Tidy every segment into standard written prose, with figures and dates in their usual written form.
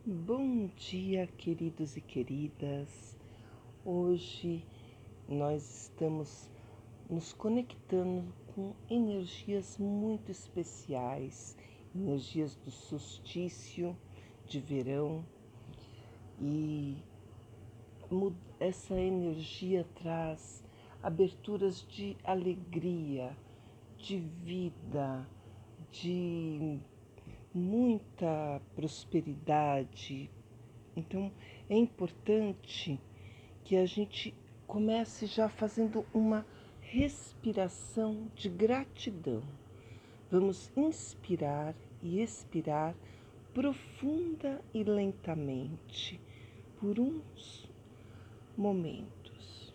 Bom dia, queridos e queridas. Hoje nós estamos nos conectando com energias muito especiais, energias do solstício de verão e essa energia traz aberturas de alegria, de vida, de muita prosperidade. Então é importante que a gente comece já fazendo uma respiração de gratidão. Vamos inspirar e expirar profunda e lentamente por uns momentos.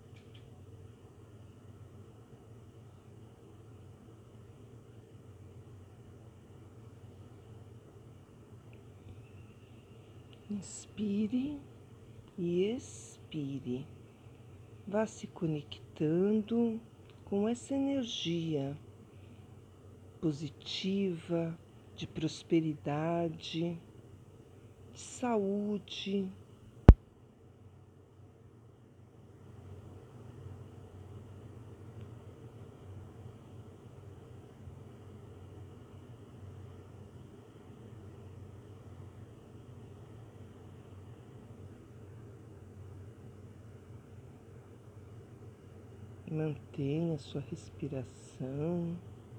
Inspire e expire. Vá se conectando com essa energia positiva, de prosperidade, de saúde. Mantenha sua respiração.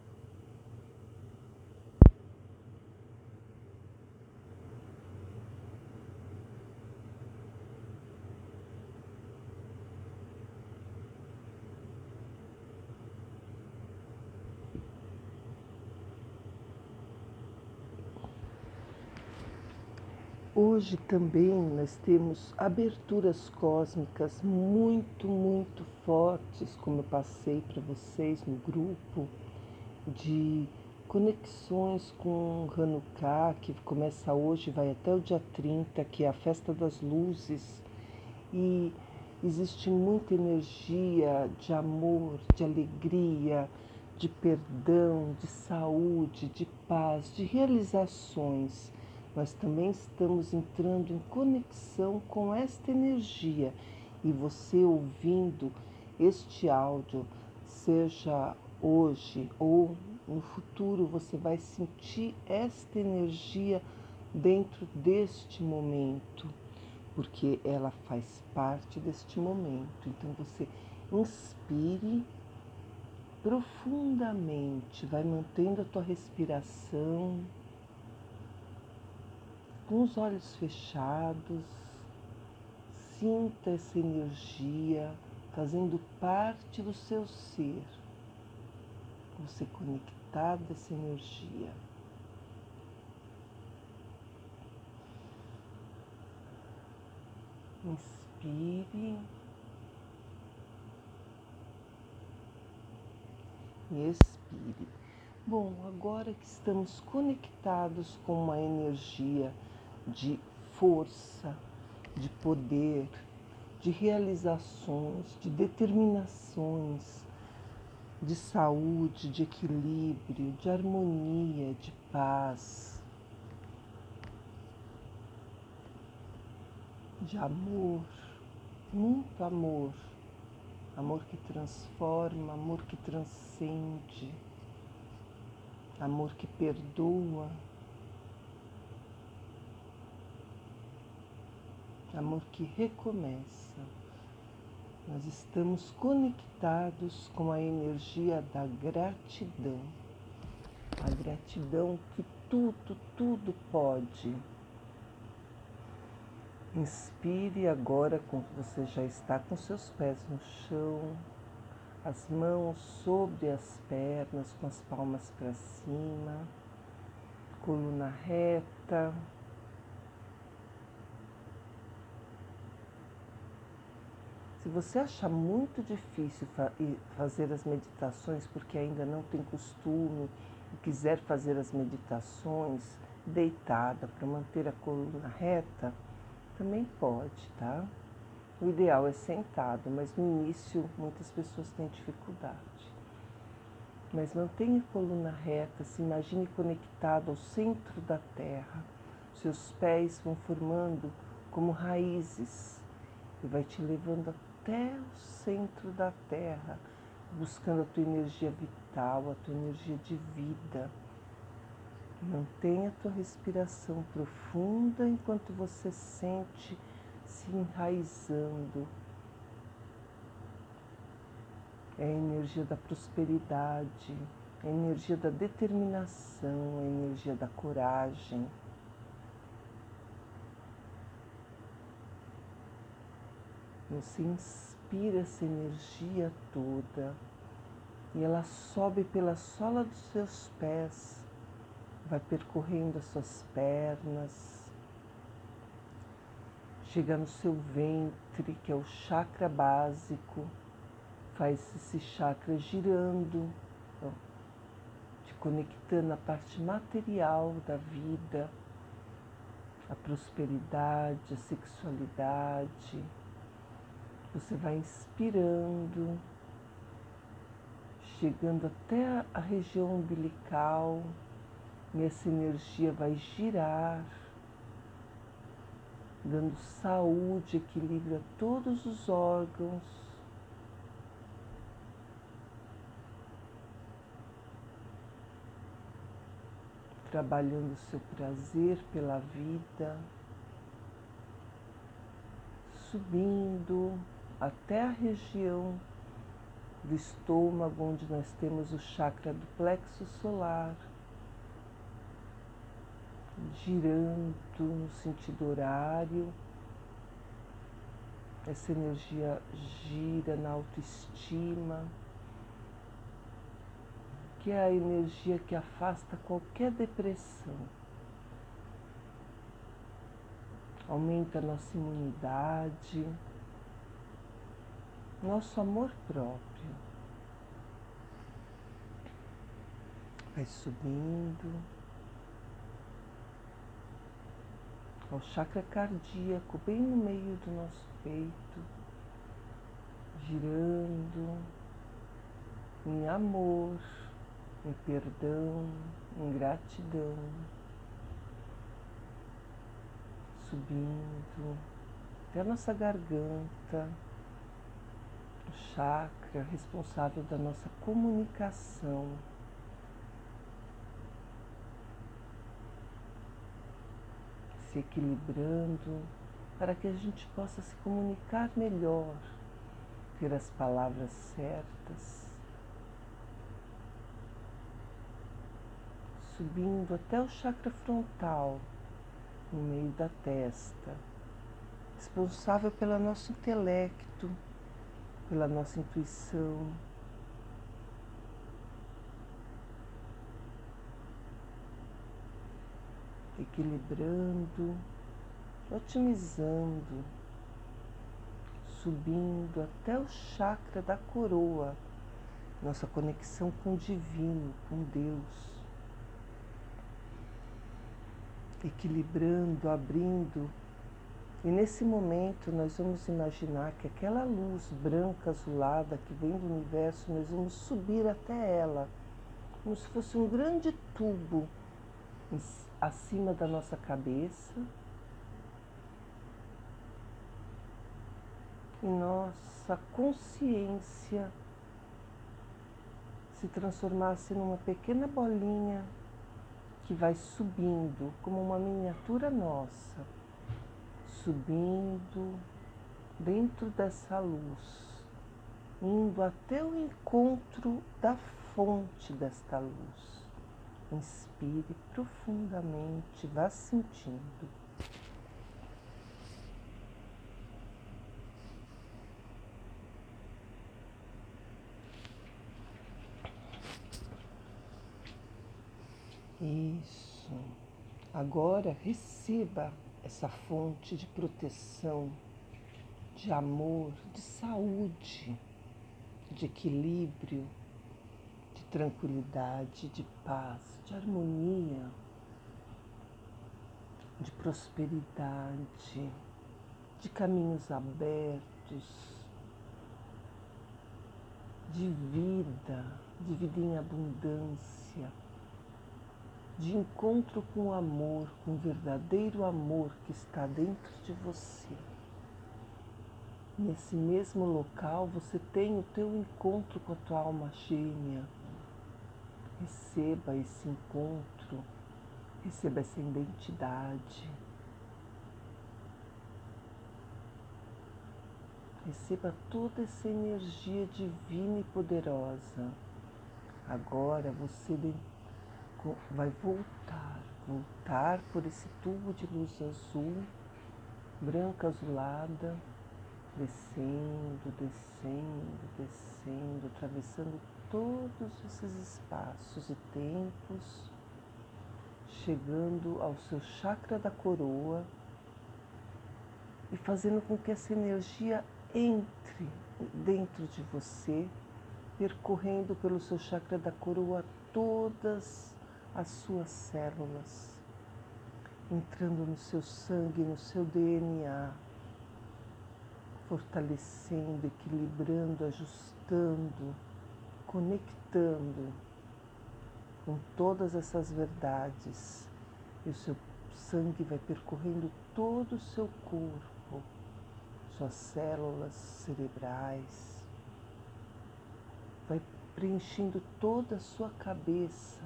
Hoje também nós temos aberturas cósmicas muito fortes, como eu passei para vocês no grupo, de conexões com Hanukkah, que começa hoje e vai até o dia 30, que é a festa das luzes. E existe muita energia de amor, de alegria, de perdão, de saúde, de paz, de realizações. Nós também estamos entrando em conexão com esta energia e você ouvindo este áudio, seja hoje ou no futuro, você vai sentir esta energia dentro deste momento, porque ela faz parte deste momento. Então você inspire profundamente, vai mantendo a tua respiração com os olhos fechados, sinta essa energia fazendo parte do seu ser, você conectado a essa energia. Inspire e expire. Bom, agora que estamos conectados com uma energia de força, de poder, de realizações, de determinações, de saúde, de equilíbrio, de harmonia, de paz, de amor, muito amor, amor que transforma, amor que transcende, amor que perdoa, amor que recomeça. Nós estamos conectados com a energia da gratidão. A gratidão que tudo pode. Inspire agora, quando você já está com seus pés no chão, as mãos sobre as pernas, com as palmas para cima, coluna reta. Se você achar muito difícil fazer as meditações, porque ainda não tem costume e quiser fazer as meditações deitada para manter a coluna reta, também pode, tá? O ideal é sentado, mas no início muitas pessoas têm dificuldade. Mas mantenha a coluna reta, se imagine conectado ao centro da Terra, Seus pés vão formando como raízes e vai te levando até o centro da terra, buscando a tua energia vital, a tua energia de vida. Mantenha a tua respiração profunda enquanto você sente se enraizando. É a energia da prosperidade, a energia da determinação, a energia da coragem. Você inspira essa energia toda e ela sobe pela sola dos seus pés, vai percorrendo as suas pernas, chega no seu ventre, que é o chakra básico, faz esse chakra girando, te conectando à parte material da vida, a prosperidade, a sexualidade. Você vai inspirando, chegando até a região umbilical, e essa energia vai girar, dando saúde, equilíbrio a todos os órgãos. Trabalhando o seu prazer pela vida, subindo até a região do estômago, onde nós temos o chakra do plexo solar, girando no sentido horário. Essa energia gira na autoestima, que é a energia que afasta qualquer depressão. Aumenta a nossa imunidade, nosso amor próprio. Vai subindo ao chakra cardíaco, bem no meio do nosso peito, girando em amor, em perdão, em gratidão, subindo até a nossa garganta, o chakra responsável da nossa comunicação. Se equilibrando para que a gente possa se comunicar melhor, ter as palavras certas, subindo até o chakra frontal, no meio da testa, responsável pelo nosso intelecto, pela nossa intuição. Equilibrando, otimizando, subindo até o chakra da coroa, nossa conexão com o divino, com Deus. Equilibrando, abrindo, e nesse momento nós vamos imaginar que aquela luz branca azulada que vem do universo, nós vamos subir até ela, como se fosse um grande tubo acima da nossa cabeça, e nossa consciência se transformasse numa pequena bolinha que vai subindo como uma miniatura nossa, subindo dentro dessa luz, indo até o encontro da fonte desta luz. Inspire profundamente, vá sentindo. Isso. Agora receba essa fonte de proteção, de amor, de saúde, de equilíbrio, de tranquilidade, de paz, de harmonia, de prosperidade, de caminhos abertos, de vida em abundância. de encontro com o amor, com o verdadeiro amor que está dentro de você. Nesse mesmo local você tem o teu encontro com a tua alma gêmea. Receba esse encontro, receba essa identidade. Receba toda essa energia divina e poderosa. Agora você vai voltar por esse tubo de luz azul, branca azulada, descendo, descendo, descendo, atravessando todos esses espaços e tempos, chegando ao seu chakra da coroa e fazendo com que essa energia entre dentro de você, percorrendo pelo seu chakra da coroa todas as suas células, entrando no seu sangue, no seu DNA, fortalecendo, equilibrando, ajustando, conectando com todas essas verdades. E o seu sangue vai percorrendo todo o seu corpo, suas células cerebrais, vai preenchendo toda a sua cabeça,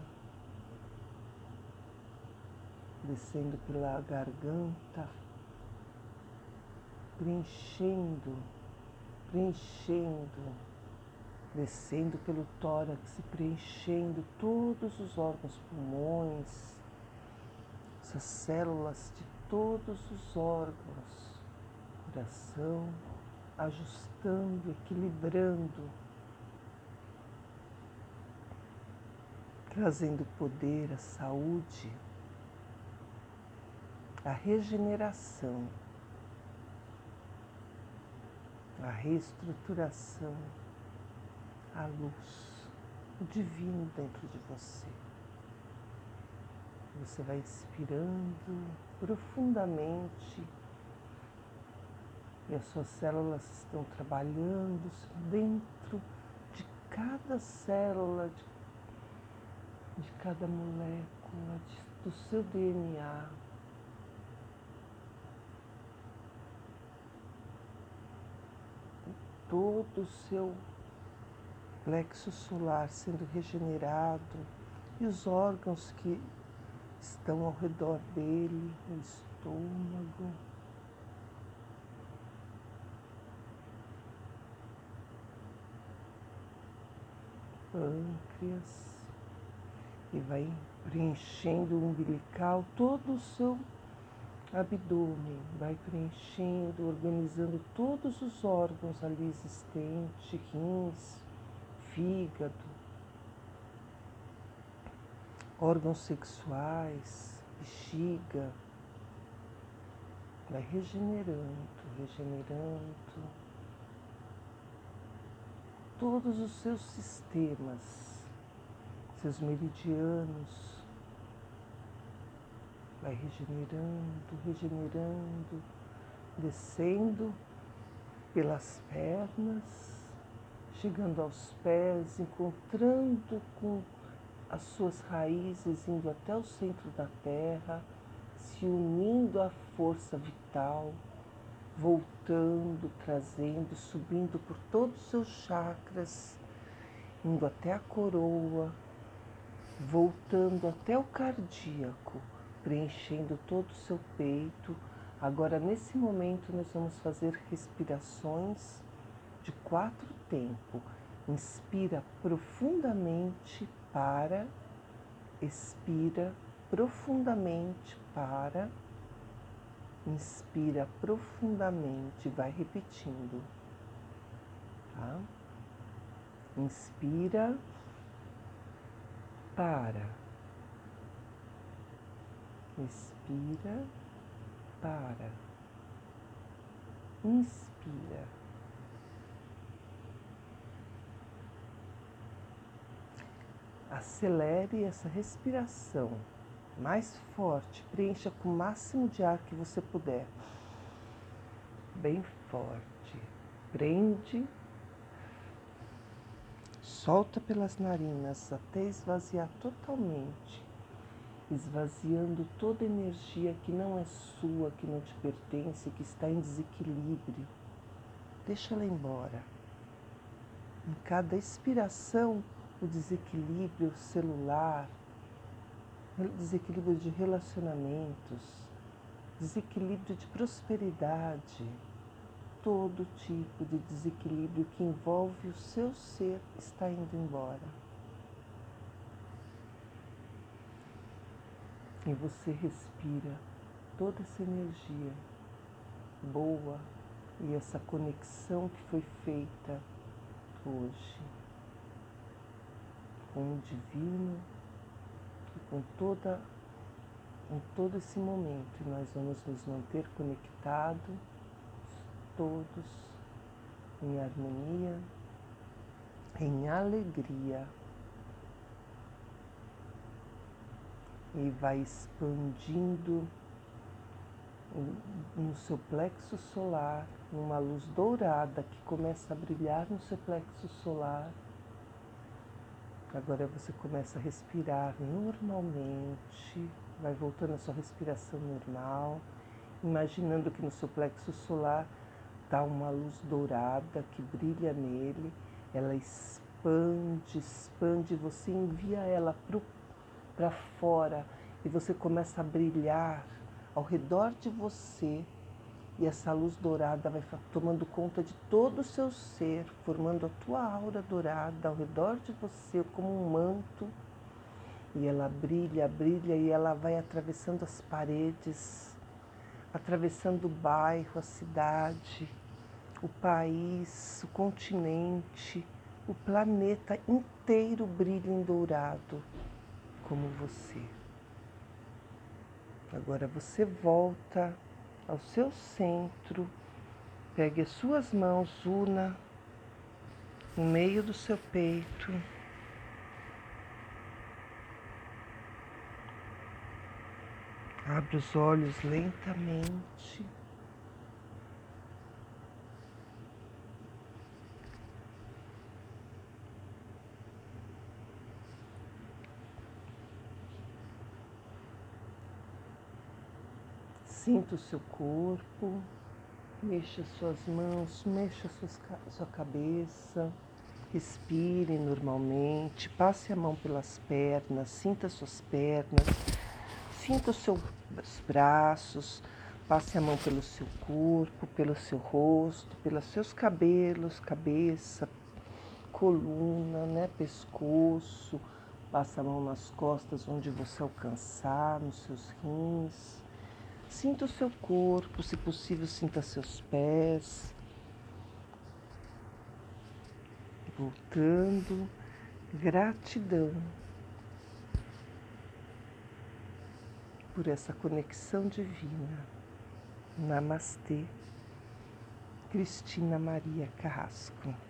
descendo pela garganta, preenchendo, descendo pelo tórax, preenchendo todos os órgãos, pulmões, essas células de todos os órgãos, coração, ajustando, equilibrando, trazendo poder, a saúde, a regeneração, a reestruturação, a luz, o divino dentro de você. Você vai inspirando profundamente e as suas células estão trabalhando dentro de cada célula, de cada molécula, do seu DNA. Todo o seu plexo solar sendo regenerado e os órgãos que estão ao redor dele, o estômago, pâncreas, e vai preenchendo o umbilical, todo o seu abdômen, vai preenchendo, organizando todos os órgãos ali existentes, rins, fígado, órgãos sexuais, bexiga, vai regenerando todos os seus sistemas, seus meridianos, vai regenerando, descendo pelas pernas, chegando aos pés, encontrando com as suas raízes, indo até o centro da terra, se unindo à força vital, voltando, trazendo, subindo por todos os seus chakras, indo até a coroa, voltando até o cardíaco, preenchendo todo o seu peito. Agora, nesse momento, nós vamos fazer respirações de 4 tempos. Inspira profundamente para, expira profundamente para, inspira profundamente, vai repetindo, tá? Inspira, para, expira, para, inspira. Acelere essa respiração, mais forte, preencha com o máximo de ar que você puder. Bem forte. Prende, solta pelas narinas até esvaziar totalmente. esvaziando toda energia que não é sua, que não te pertence, que está em desequilíbrio. Deixa ela embora. Em cada expiração, o desequilíbrio celular, desequilíbrio de relacionamentos, desequilíbrio de prosperidade, todo tipo de desequilíbrio que envolve o seu ser está indo embora. E você respira toda essa energia boa e essa conexão que foi feita hoje com o divino e com em todo esse momento. E nós vamos nos manter conectados, todos em harmonia, em alegria. E vai expandindo no seu plexo solar, uma luz dourada que começa a brilhar no seu plexo solar. Agora você começa a respirar normalmente, vai voltando a sua respiração normal, imaginando que no seu plexo solar está uma luz dourada que brilha nele, ela expande, você envia ela para fora e você começa a brilhar ao redor de você e essa luz dourada vai tomando conta de todo o seu ser, formando a tua aura dourada ao redor de você como um manto e ela brilha e ela vai atravessando as paredes, atravessando o bairro, a cidade, o país, o continente, o planeta inteiro brilha em dourado como você. Agora você volta ao seu centro, pegue as suas mãos, una no meio do seu peito. Abre os olhos lentamente. Sinta o seu corpo, mexa suas mãos, mexa sua cabeça, respire normalmente, passe a mão pelas pernas, sinta suas pernas, sinta os seus braços, passe a mão pelo seu corpo, pelo seu rosto, pelos seus cabelos, cabeça, coluna, pescoço, passa a mão nas costas onde você alcançar, nos seus rins. Sinta o seu corpo, se possível, sinta seus pés. Voltando, gratidão por essa conexão divina. Namastê, Cristina Maria Carrasco.